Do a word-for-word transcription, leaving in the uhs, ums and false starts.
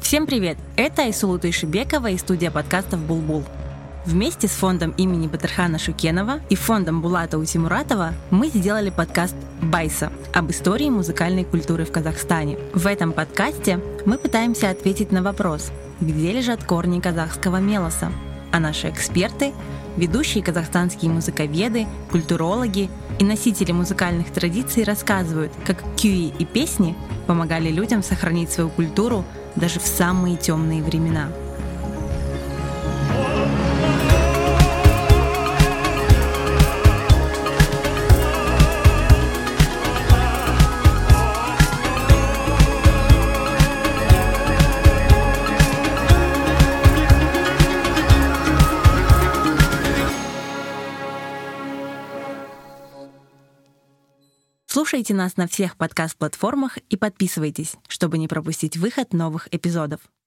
Всем привет! Это Айсулу Тойшибекова и студия подкастов «Булбул». Вместе с фондом имени Батырхана Шукенова и фондом Булата Утимуратова мы сделали подкаст «Байса» об истории музыкальной культуры в Казахстане. В этом подкасте мы пытаемся ответить на вопрос, где лежат корни казахского мелоса, а наши эксперты, ведущие казахстанские музыковеды, культурологи и носители музыкальных традиций рассказывают, как кюи и песни помогали людям сохранить свою культуру даже в самые темные времена. Слушайте нас на всех подкаст-платформах и подписывайтесь, чтобы не пропустить выход новых эпизодов.